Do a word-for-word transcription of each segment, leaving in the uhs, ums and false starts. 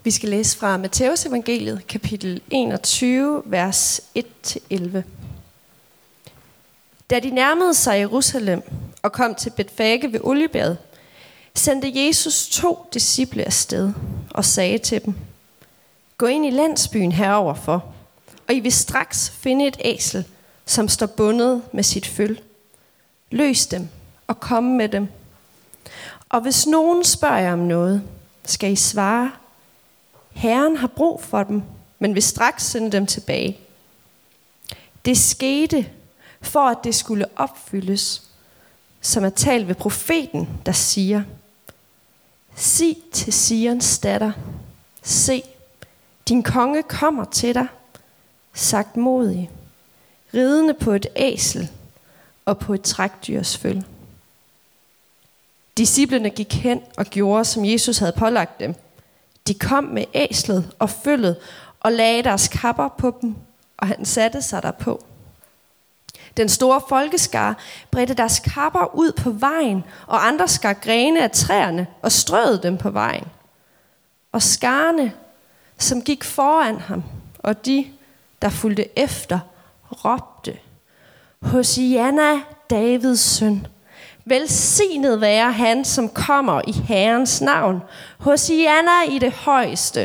Vi skal læse fra Matteus evangeliet, kapitel enogtyve, vers et til elleve. Da de nærmede sig Jerusalem og kom til Betfage ved Oliebjerget, sendte Jesus to disciple afsted og sagde til dem: Gå ind i landsbyen heroverfor, og I vil straks finde et æsel, som står bundet med sit føl. Løs dem og kom med dem. Og hvis nogen spørger jer om noget, skal I svare: Herren har brug for dem, men vil straks sende dem tilbage. Det skete, for at det skulle opfyldes, som er talt ved profeten, der siger: Sig til Sions datter, se, din konge kommer til dig, sagt modig, ridende på et æsel og på et trækdyrs føl. Disciplene gik hen og gjorde, som Jesus havde pålagt dem. De kom med æslet og føllet og lagde deres kapper på dem, og han satte sig derpå. Den store folkeskare bredte deres kapper ud på vejen, og andre skar grene af træerne og strøede dem på vejen. Og skarne, som gik foran ham, og de, der fulgte efter, råbte: Hosianna, Davids søn. Velsignet være han, som kommer i Herrens navn. Hosianna i det højeste.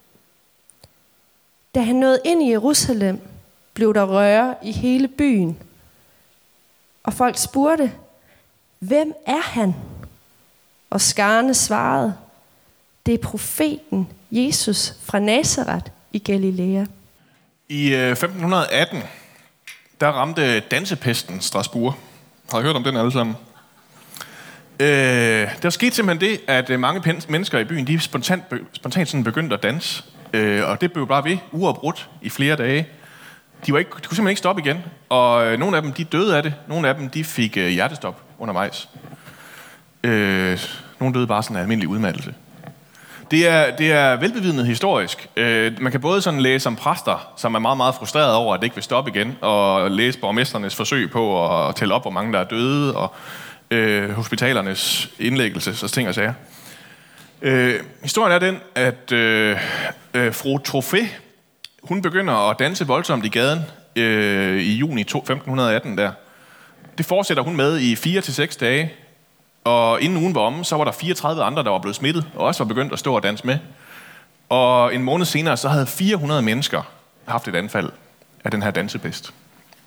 Da han nåede ind i Jerusalem, blev der røre i hele byen. Og folk spurgte: Hvem er han? Og skarne svarede: Det er profeten Jesus fra Nazaret i Galilea. I femten atten, der ramte dansepesten Strasbourg. Har I hørt om den alle sammen? Øh, der skete simpelthen det, at mange mennesker i byen, de spontant, spontant sådan begyndte at danse. Øh, og det blev bare ved, uafbrudt i flere dage. De, var ikke, de kunne simpelthen ikke stoppe igen. Og nogle af dem, de døde af det. Nogle af dem, de fik øh, hjertestop undervejs. Øh, nogle døde bare sådan en almindelig udmattelse. Det er, det er velbevidnet historisk. Øh, man kan både sådan læse om præster, som er meget, meget frustreret over, at det ikke vil stoppe igen, og læse borgmesternes forsøg på at tælle op, hvor mange der er døde, og øh, hospitalernes indlæggelse, så ting og sager. Øh, historien er den, at øh, øh, fru Trofé, hun begynder at danse voldsomt i gaden øh, i juni femten atten der. Det fortsætter hun med i fire til seks dage. Og inden ugen var omme, så var der fireogtredive andre, der var blevet smittet, og også var begyndt at stå og danse med. Og en måned senere, så havde fire hundrede mennesker haft et anfald af den her dansepest.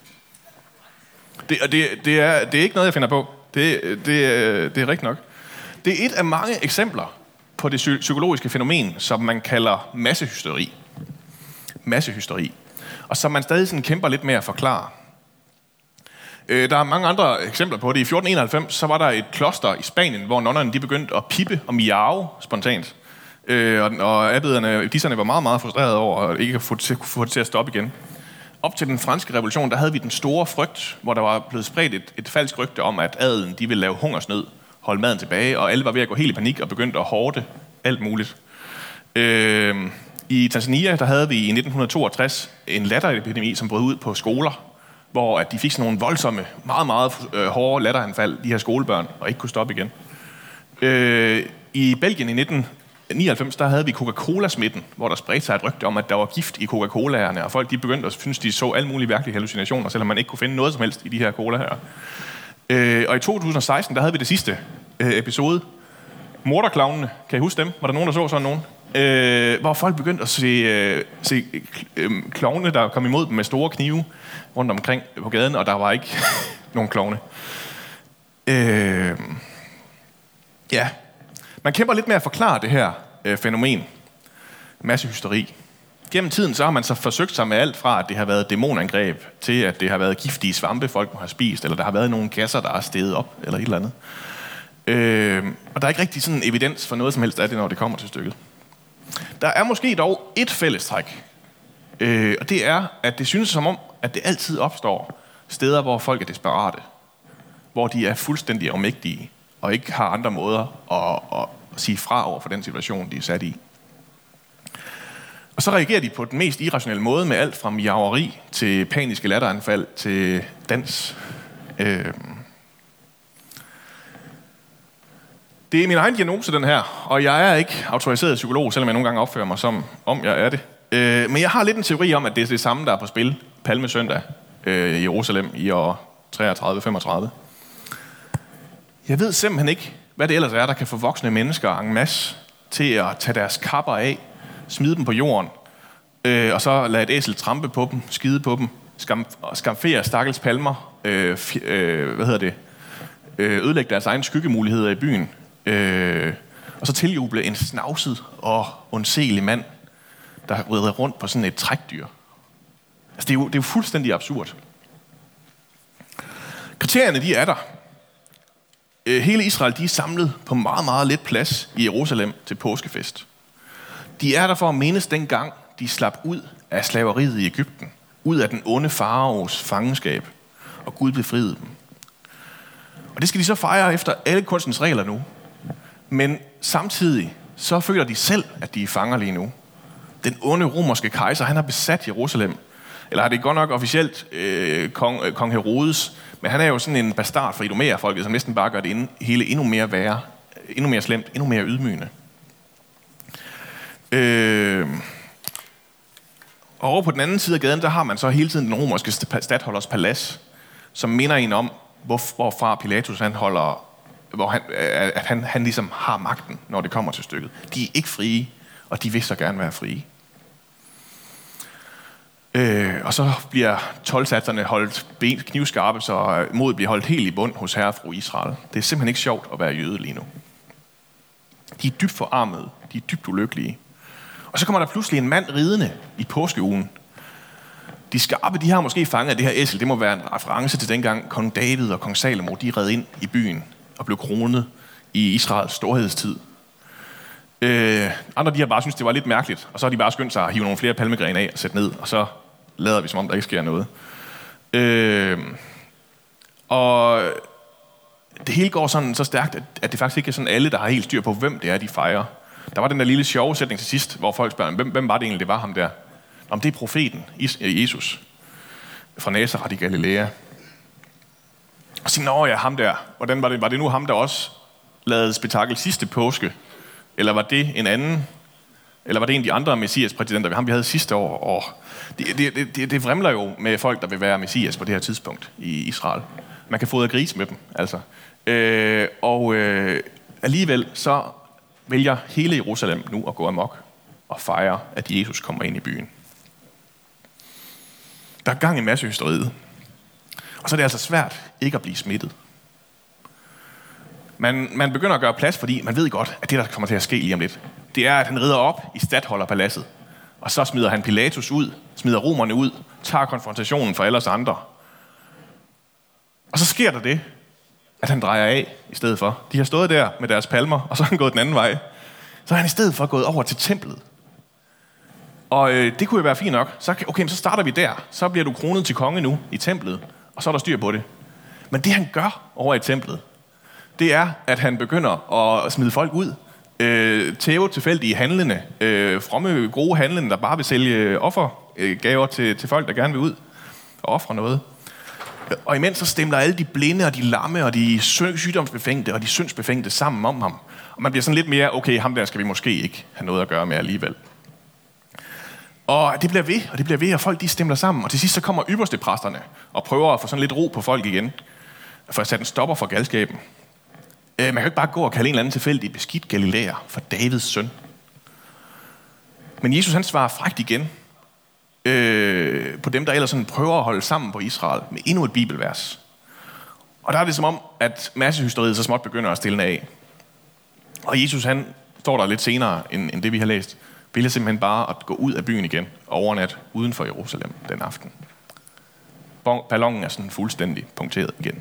Det, det, det, er, det er ikke noget, jeg finder på. Det, det, det er rigtigt nok. Det er et af mange eksempler på det psykologiske fænomen, som man kalder massehysteri. Massehysteri. Og som man stadig sådan kæmper lidt med at forklare. Der er mange andre eksempler på det. I fjorten enoghalvfems så var der et kloster i Spanien, hvor nonnerne de begyndte at pippe og miave spontant. Øh, og og abbederne, disserne var meget, meget frustrerede over at ikke at få det, få det til at stoppe igen. Op til den franske revolution, der havde vi den store frygt, hvor der var blevet spredt et, et falsk rygte om, at adelen de ville lave hungersnød, holde maden tilbage, og alle var ved at gå helt i panik og begyndte at hårde alt muligt. Øh, I Tanzania, der havde vi i nitten toogtres en latterepidemi, som brød ud på skoler, hvor at de fik sådan nogle voldsomme, meget, meget øh, hårde latteranfald, de her skolebørn, og ikke kunne stoppe igen. Øh, I Belgien i nitten nioghalvfems, der havde vi Coca-Cola-smitten, hvor der spredte sig et rygte om, at der var gift i Coca-Colaerne, og folk de begyndte at synes, de så alle mulige virkelige hallucinationer, selvom man ikke kunne finde noget som helst i de her cola her. Øh, og i to tusind og seksten, der havde vi det sidste øh, episode. Morderklovnene, kan I huske dem? Var der nogen, der så sådan nogen? Øh, hvor folk begyndte at se, øh, se øh, klovne, der kom imod dem med store knive rundt omkring på gaden, og der var ikke nogen klovne. Øh, ja, man kæmper lidt med at forklare det her øh, fænomen, massehysteri. Gennem tiden så har man så forsøgt sig med alt fra, at det har været dæmonangreb, til at det har været giftige svampe, folk må have spist, eller der har været nogle gasser, der er steget op, eller et eller andet. Øh, og der er ikke rigtig sådan evidens for noget som helst af det, når det kommer til stykket. Der er måske dog et fællestræk, øh, og det er, at det synes som om, at det altid opstår steder, hvor folk er desperate, hvor de er fuldstændig afmægtige, og ikke har andre måder at, at sige fra over for den situation, de er sat i. Og så reagerer de på den mest irrationelle måde med alt fra miaveri til paniske latteranfald til dans. Øh, Det er min egen diagnose, den her, og jeg er ikke autoriseret psykolog, selvom jeg nogle gange opfører mig som om jeg er det. Øh, men jeg har lidt en teori om, at det er det samme, der er på spil Palmesøndag øh, i Jerusalem i år treogtredive femogtredive. Jeg ved simpelthen ikke, hvad det ellers er, der kan få voksne mennesker en masse til at tage deres kapper af, smide dem på jorden, øh, og så lade et æsel trampe på dem, skide på dem, skam, skamfere stakkels palmer, øh, f- øh, hvad hedder det, øh, ødelægge deres egne skyggemuligheder i byen, øh, og så tiljuble en snavset og undselig mand, der rider rundt på sådan et trækdyr. Altså, det er jo, det er jo fuldstændig absurd. Kriterierne, de er der. Hele Israel, de er samlet på meget, meget lidt plads i Jerusalem til påskefest. De er der for at mindes dengang, de slap ud af slaveriet i Egypten, ud af den onde faraos fangenskab, og Gud befriede dem. Og det skal de så fejre efter alle kunstens regler nu. Men samtidig så føler de selv, at de er fanger lige nu. Den onde romerske kejser, han har besat Jerusalem. Eller har det godt nok officielt øh, kong, øh, kong Herodes, men han er jo sådan en bastard fra Idumeerfolket, som næsten bare gør det ind, hele endnu mere værre, endnu mere slemt, endnu mere ydmygende. Øh, og over på den anden side af gaden, der har man så hele tiden den romerske statholders palads, som minder en om, hvor, hvorfra Pilatus han holder, hvor han, at han, han ligesom har magten, når det kommer til stykket. De er ikke frie, og de vil så gerne være frie. Øh, og så bliver toldsatserne holdt ben, knivskarpe, så modet bliver holdt helt i bund hos herre og fru Israel. Det er simpelthen ikke sjovt at være jøde lige nu. De er dybt forarmede. De er dybt ulykkelige. Og så kommer der pludselig en mand ridende i påskeugen. De skarpe, de har måske fanget det her æsel. Det må være en reference til dengang kong David og kong Salomo, de red ind i byen og blev kronet i Israels storhedstid. Øh, andre de har bare synes det var lidt mærkeligt, og så har de bare skyndt sig at hive nogle flere palmegrene af og sætte ned, og så lader vi som om der ikke sker noget. Øh, og det hele går sådan så stærkt, at, at det faktisk ikke er sådan alle, der har helt styr på, hvem det er, de fejrer. Der var den der lille sjove sætning til sidst, hvor folk spørger, hvem, hvem var det egentlig, det var ham der? Om det er profeten, Jesus, fra Nazareth i Galilea. Og siger, nå ja, ham der, hvordan var det? Var det nu ham, der også lavede spektakel sidste påske? Eller var det en anden? Eller var det en af de andre messias-præsidenter, ham vi havde sidste år? Og det, det, det, det vrimler jo med folk, der vil være messias på det her tidspunkt i Israel. Man kan fodre gris med dem, altså. Øh, og øh, alligevel så vælger hele Jerusalem nu at gå amok og fejre, at Jesus kommer ind i byen. Der er gang i massehysteriet. Og så er det altså svært ikke at blive smittet. Man, man begynder at gøre plads, fordi man ved godt, at det, der kommer til at ske lige om lidt, det er, at han rider op i statholderpaladset, og så smider han Pilatus ud, smider romerne ud, tager konfrontationen for alle os andre. Og så sker der det, at han drejer af i stedet for. De har stået der med deres palmer, og så er han gået den anden vej. Så er han i stedet for gået over til templet. Og øh, det kunne jo være fint nok. Så, okay, så starter vi der. Så bliver du kronet til konge nu i templet, og så er der styr på det. Men det han gør over i templet, det er, at han begynder at smide folk ud. Øh, tæve tilfældige handlende, øh, fromme, gode handlende, der bare vil sælge offergaver til, til folk, der gerne vil ud og ofre noget. Og imens så stemler alle de blinde og de lamme og de sygdomsbefængte og de syndsbefængte sammen om ham. Og man bliver sådan lidt mere, okay, ham der skal vi måske ikke have noget at gøre med alligevel. Og det bliver ved, og det bliver ved, og folk de stemler sammen. Og til sidst så kommer ypperstepræsterne og prøver at få sådan lidt ro på folk igen. For at sætte en stopper for galskaben. Man kan jo ikke bare gå og kalde en eller anden tilfældig beskidt Galilæer for Davids søn. Men Jesus han svarer frækt igen øh, på dem, der ellers sådan prøver at holde sammen på Israel med endnu et bibelvers. Og der er det som om, at massehysteriet så småt begynder at stille af. Og Jesus han står der lidt senere, end, end det vi har læst, ville simpelthen bare at gå ud af byen igen og overnat uden for Jerusalem den aften. Ballonen er sådan fuldstændig punkteret igen.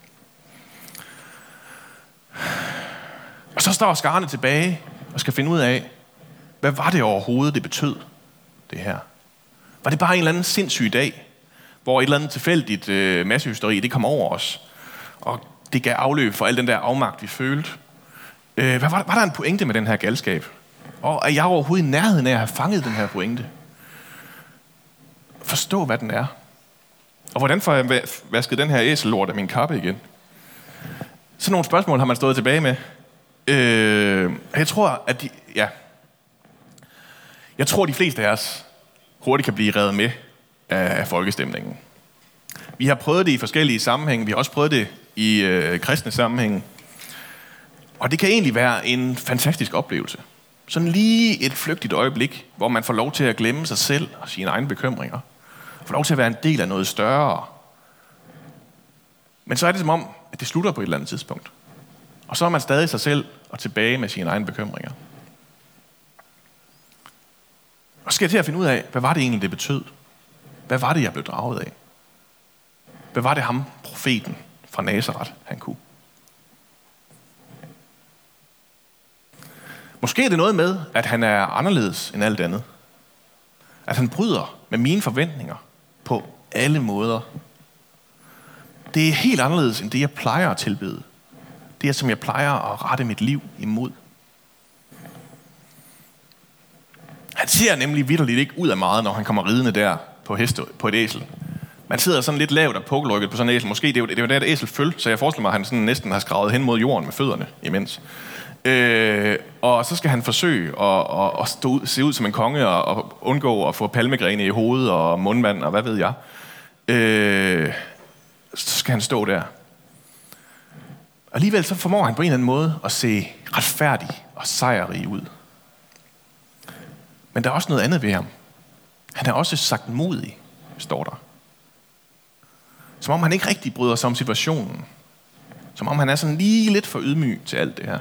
Og så står skarne tilbage og skal finde ud af, hvad var det overhovedet, det betød, det her? Var det bare en eller anden sindssyg dag, hvor et eller andet tilfældigt øh, massehysteri, det kom over os, og det gav afløb for al den der afmagt, vi følte? Øh, hvad var, var der en pointe med den her galskab? Og er jeg overhovedet i nærheden af at have fanget den her pointe? Forstå, hvad den er. Og hvordan får jeg vasket den her æsellort af min kappe igen? Sådan nogle spørgsmål har man stået tilbage med Øh, jeg tror, at de, ja, jeg tror, de fleste af os hurtigt kan blive revet med af, af folkestemningen. Vi har prøvet det i forskellige sammenhænge. Vi har også prøvet det i øh, kristne sammenhænge. Og det kan egentlig være en fantastisk oplevelse. Sådan lige et flygtigt øjeblik, hvor man får lov til at glemme sig selv og sine egne bekymringer. Får lov til at være en del af noget større. Men så er det som om, at det slutter på et eller andet tidspunkt. Og så er man stadig sig selv og tilbage med sine egne bekymringer. Og så skal jeg til at finde ud af, hvad var det egentlig, det betød? Hvad var det, jeg blev draget af? Hvad var det ham, profeten fra Nazaret, han kunne? Måske er det noget med, at han er anderledes end alt andet. At han bryder med mine forventninger på alle måder. Det er helt anderledes end det, jeg plejer at tilbede. Det er, som jeg plejer at rette mit liv imod. Han ser nemlig vitterligt ikke ud af meget, når han kommer ridende der på, heste, på et æsel. Man sidder sådan lidt lavt og pukkelrykket på sådan et æsel. Måske det er jo det, er jo det et æsel føl, så jeg forestiller mig, at han sådan næsten har skravet hen mod jorden med fødderne imens. Øh, og så skal han forsøge at, at, at stå ud, se ud som en konge og, og undgå at få palmegrene i hovedet og mundvand og hvad ved jeg. Øh, så skal han stå der. Alligevel så formår han på en eller anden måde at se retfærdig og sejrrig ud. Men der er også noget andet ved ham. Han er også sagtmodig, står der. Som om han ikke rigtig bryder sig om situationen. Som om han er sådan lige lidt for ydmyg til alt det her.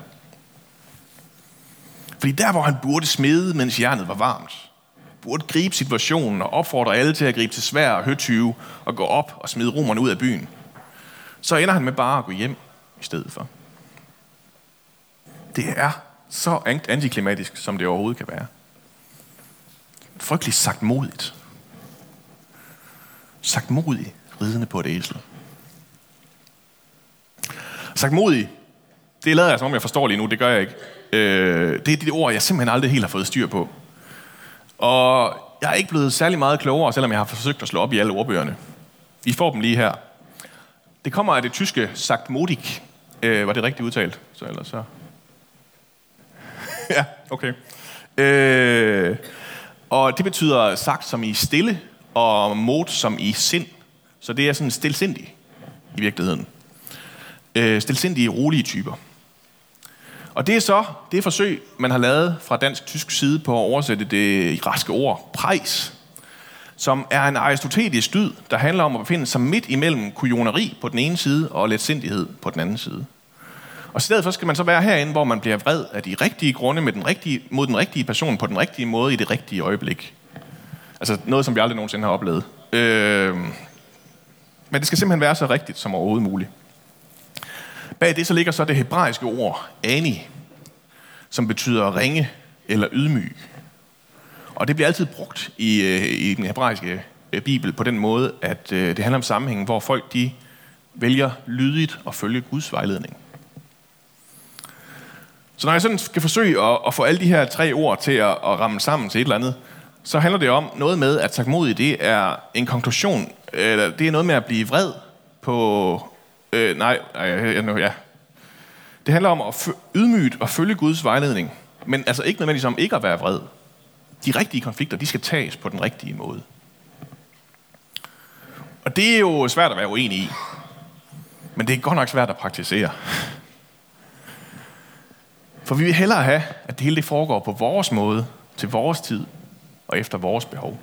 Fordi der, hvor han burde smede, mens jernet var varmt, burde gribe situationen og opfordre alle til at gribe til svær og høtyve og gå op og smide romerne ud af byen, så ender han med bare at gå hjem i stedet for. Det er så antiklimatisk, som det overhovedet kan være. Frygteligt sagtmodigt. Sagtmodig ridende på et æsel. Sagtmodig, det lader jeg, som om jeg forstår lige nu, det gør jeg ikke. Øh, det er de ord, jeg simpelthen aldrig helt har fået styr på. Og jeg er ikke blevet særlig meget klogere, selvom jeg har forsøgt at slå op i alle ordbøgerne. Vi får dem lige her. Det kommer af det tyske sagtmodig. Øh, var det rigtigt udtalt? Så ellers så... ja, okay. Øh, og det betyder sagt som i stille, og mod som i sind. Så det er sådan stilsindig i virkeligheden. Øh, stilsindige, rolige typer. Og det er så det forsøg, man har lavet fra dansk-tysk side på at oversætte det græske ord prejs, som er en aristotelisk dyd, der handler om at befinde sig midt imellem kujoneri på den ene side og letsindighed på den anden side. Og i stedet for skal man så være herinde, hvor man bliver vred af de rigtige grunde med den rigtige, mod den rigtige person på den rigtige måde i det rigtige øjeblik. Altså noget, som vi aldrig nogensinde har oplevet. Øh, men det skal simpelthen være så rigtigt som overhovedet muligt. Bag det så ligger så det hebraiske ord ani, som betyder ringe eller ydmyg. Og det bliver altid brugt i, i den hebraiske bibel på den måde, at det handler om sammenhængen, hvor folk de vælger lydigt at følge Guds vejledning. Så når jeg sådan skal forsøge at, at få alle de her tre ord til at, at ramme sammen til et eller andet, så handler det om noget med, at sagtmodig det er en konklusion, eller det er noget med at blive vred på... Øh, nej, nej, ja. Det handler om at ydmygt og følge Guds vejledning, men altså ikke nødvendigvis om ikke at være vred. De rigtige konflikter, de skal tages på den rigtige måde. Og det er jo svært at være uenig i, men det er godt nok svært at praktisere. For vi vil hellere have, at det hele det foregår på vores måde, til vores tid og efter vores behov.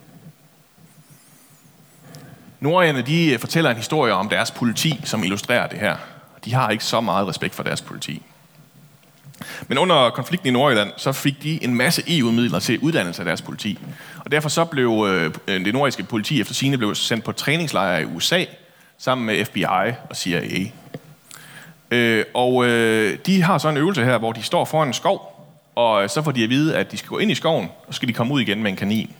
Nordjerne, de fortæller en historie om deres politi, som illustrerer det her. De har ikke så meget respekt for deres politi. Men under konflikten i Nordjylland, så fik de en masse E U-midler til uddannelse af deres politi. Og derfor så blev øh, det nordiske politi efter sigende blev sendt på træningslejre i U S A, sammen med F B I og C I A. Øh, og øh, de har så en øvelse her, hvor de står foran en skov, og så får de at vide, at de skal gå ind i skoven, og så skal de komme ud igen med en kanin.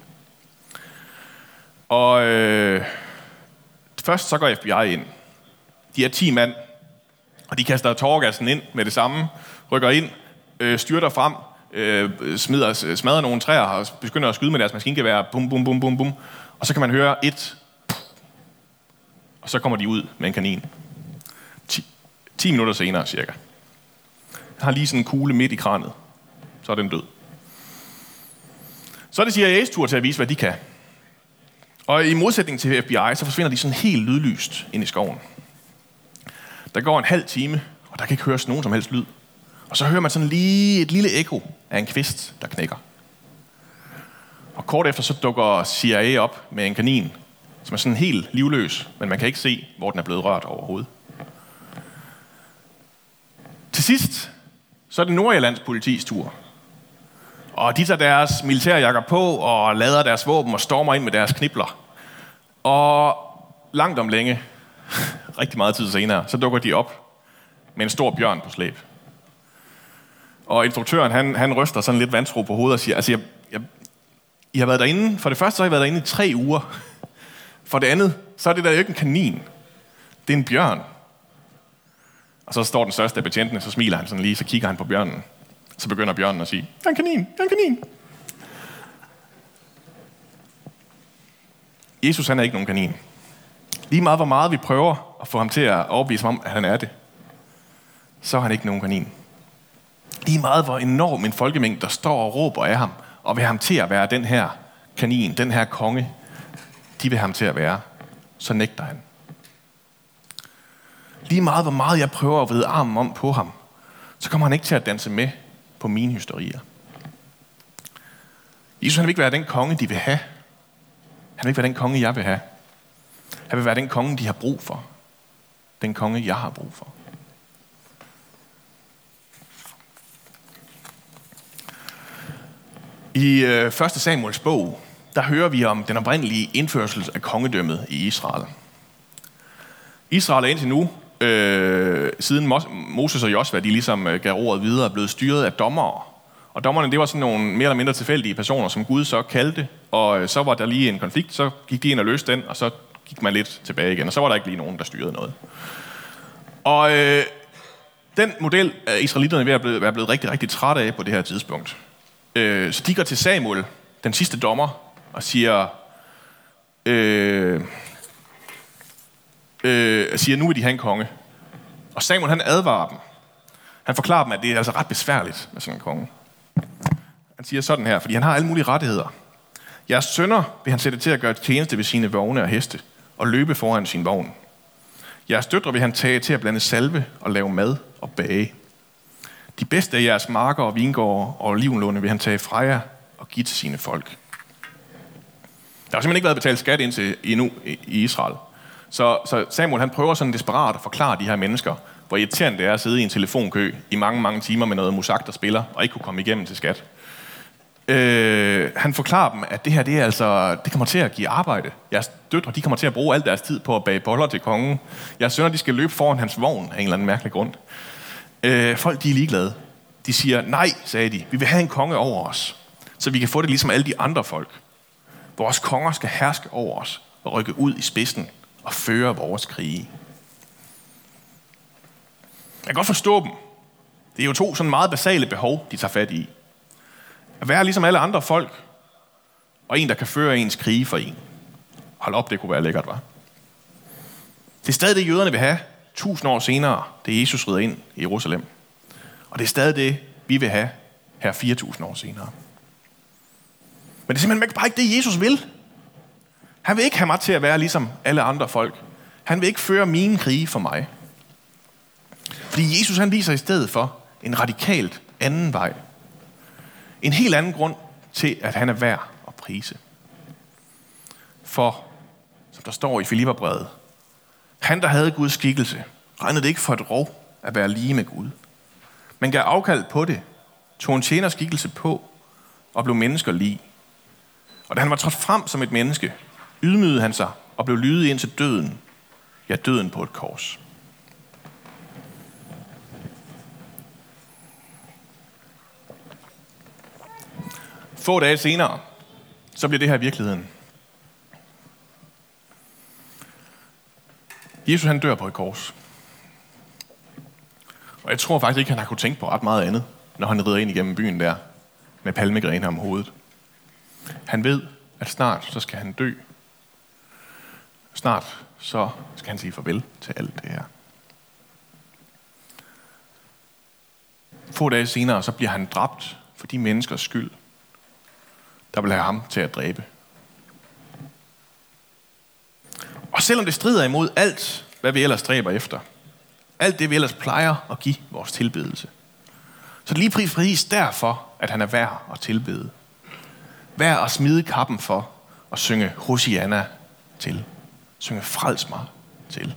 Og øh, først så går F B I ind. De er ti mand, og de kaster tåregassen ind med det samme, rykker ind, øh, styrter frem, øh, smider, smadrer nogle træer og begynder at skyde med deres maskingevær, bum, bum, bum, bum, bum. Og så kan man høre et, og så kommer de ud med en kanin. ti, ti minutter senere cirka. har lige sådan en kugle midt i kranet. Så er den død. Så er det C I A's tur til at vise, hvad de kan. Og i modsætning til F B I, så forsvinder de sådan helt lydlyst ind i skoven. Der går en halv time, og der kan ikke høres nogen som helst lyd. Og så hører man sådan lige et lille ekko af en kvist, der knækker. Og kort efter så dukker C I A op med en kanin, som er sådan helt livløs, men man kan ikke se, hvor den er blevet rørt overhovedet. Til sidst, så er det Nordjyllands politis tur. Og de tager deres militærjakker på og lader deres våben og stormer ind med deres knibler. Og langt om længe, rigtig meget tid senere, så dukker de op med en stor bjørn på slæb. Og instruktøren, han, han ryster sådan lidt vantro på hovedet og siger, altså, jeg, jeg, I har været derinde, for det første så har I været derinde i tre uger. For det andet, så er det der jo ikke en kanin. Det er en bjørn. Og så står den største af betjentene, så smiler han sådan lige, så kigger han på bjørnen. Så begynder bjørnen at sige, det er en kanin, det er en kanin. Jesus, han er ikke nogen kanin. Lige meget, hvor meget vi prøver at få ham til at overbevise ham om, at han er det, så er han ikke nogen kanin. Lige meget, hvor enorm en folkemængde, der står og råber af ham, og vil ham til at være den her kanin, den her konge, de vil ham til at være, så nægter han. Lige meget, hvor meget jeg prøver at vride armen om på ham, så kommer han ikke til at danse med på mine hysterier. Jesus, han vil ikke være den konge, de vil have. Han vil ikke være den konge, jeg vil have. Han vil være den konge, de har brug for. Den konge, jeg har brug for. I øh, første Samuels bog, der hører vi om den oprindelige indførsel af kongedømmet i Israel. Israel er indtil nu, øh, siden Moses og Josva, de ligesom øh, gav ordet videre, blevet styret af dommere. Og dommerne, det var sådan nogle mere eller mindre tilfældige personer, som Gud så kaldte. Og øh, så var der lige en konflikt, så gik de ind og løste den, og så gik man lidt tilbage igen. Og så var der ikke lige nogen, der styrede noget. Og øh, den model er israelitterne ved at blive, være blevet rigtig, rigtig trætte af på det her tidspunkt. Øh, så de går til Samuel, den sidste dommer, og siger, øh, øh, siger, nu vil de have en konge. Og Samuel, han advarer dem. Han forklarer dem, at det er altså ret besværligt med sådan en konge. Han siger sådan her, fordi han har alle mulige rettigheder. Jeres sønner vil han sætte til at gøre tjeneste ved sine vogne og heste, og løbe foran sin vogn. Jeres døtre vil han tage til at blande salve og lave mad og bage. De bedste af jeres marker og vingårde og olivenlunde vil han tage fra jer og give til sine folk. Der har simpelthen ikke været betalt skat indtil endnu i Israel. Så, så Samuel, han prøver sådan desperat at forklare de her mennesker, hvor irriterende det er at sidde i en telefonkø i mange, mange timer med noget musik, der spiller, og ikke kunne komme igennem til skat. Øh, han forklarer dem, at det her, det er altså, det kommer til at give arbejde. Jeres døtre, de kommer til at bruge al deres tid på at bage boller til kongen. Jeres sønner, de skal løbe foran hans vogn af en eller anden mærkelig grund. Øh, folk, de er ligeglade. De siger, nej, sagde de, vi vil have en konge over os, så vi kan få det ligesom alle de andre folk. Vores konger skal herske over os og rykke ud i spidsen og føre vores krige. Jeg kan godt forstå dem. Det er jo to sådan meget basale behov, de tager fat i. At være ligesom alle andre folk, og en, der kan føre ens krige for en. Hold op, det kunne være lækkert, hva'? Det er stadig det, jøderne vil have, tusind år senere, det Jesus rider ind i Jerusalem. Og det er stadig det, vi vil have her fire tusind år senere. Men det er simpelthen bare ikke det, Jesus vil. Han vil ikke have mig til at være ligesom alle andre folk. Han vil ikke føre mine krige for mig. Fordi Jesus, han viser i stedet for en radikalt anden vej. En helt anden grund til, at han er værd at prise. For, som der står i Filipperbrevet, han, der havde Guds skikkelse, regnede det ikke for et rov at være lige med Gud. Men gav afkald på det, tog en tjenerskikkelse på og blev mennesker lig. Og da han var trådt frem som et menneske, ydmygede han sig og blev lydig ind til døden. Ja, døden på et kors. Få dage senere, så bliver det her virkeligheden. Jesus, han dør på et kors. Og jeg tror faktisk ikke, han har kunnet tænke på ret meget andet, når han rider ind igennem byen der, med palmegrene om hovedet. Han ved, at snart så skal han dø. Snart så skal han sige farvel til alt det her. Få dage senere, så bliver han dræbt for de menneskers skyld, der vil have ham til at dræbe. Og selvom det strider imod alt, hvad vi ellers stræber efter, alt det, vi ellers plejer at give vores tilbedelse, så det er lige præcis derfor, at han er værd at tilbede. Værd at smide kappen for og synge Hosianna til. Synge frels mig til.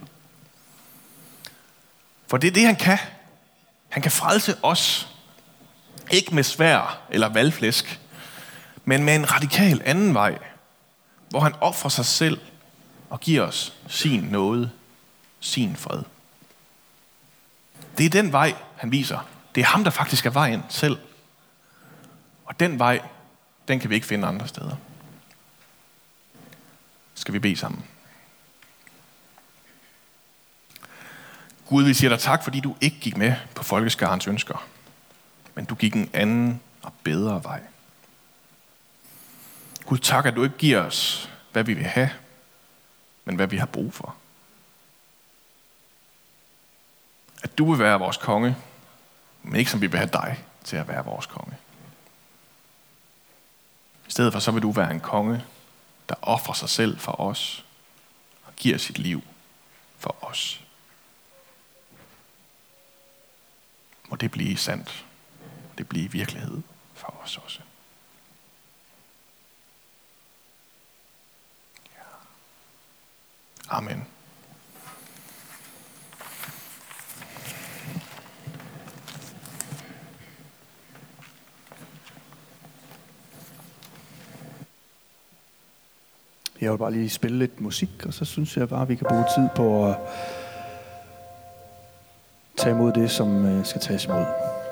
For det er det, han kan. Han kan frelse os. Ikke med sværd eller valgflæsk, men med en radikal anden vej, hvor han ofrer sig selv og giver os sin nåde, sin fred. Det er den vej, han viser. Det er ham, der faktisk er vejen selv. Og den vej, den kan vi ikke finde andre steder. Skal vi bede sammen? Gud, vi siger dig tak, fordi du ikke gik med på folkeskarens ønsker, men du gik en anden og bedre vej. Gud, tak, at du ikke giver os, hvad vi vil have, men hvad vi har brug for. At du vil være vores konge, men ikke som vi vil have dig til at være vores konge. I stedet for så vil du være en konge, der ofrer sig selv for os og giver sit liv for os. Må det blive sandt. Det blive virkelighed for os også. Ja. Amen. Jeg vil bare lige spille lidt musik, og så synes jeg bare, at vi kan bruge tid på at tage imod det, som skal tages imod.